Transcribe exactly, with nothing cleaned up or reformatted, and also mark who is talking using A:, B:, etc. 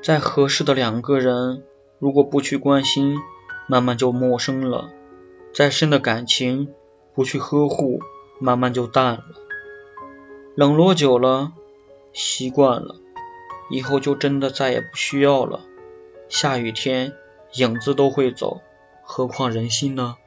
A: 再合适的两个人，如果不去关心，慢慢就陌生了；再深的感情，不去呵护，慢慢就淡了。冷落久了，习惯了，以后就真的再也不需要了。下雨天，影子都会走，何况人心呢？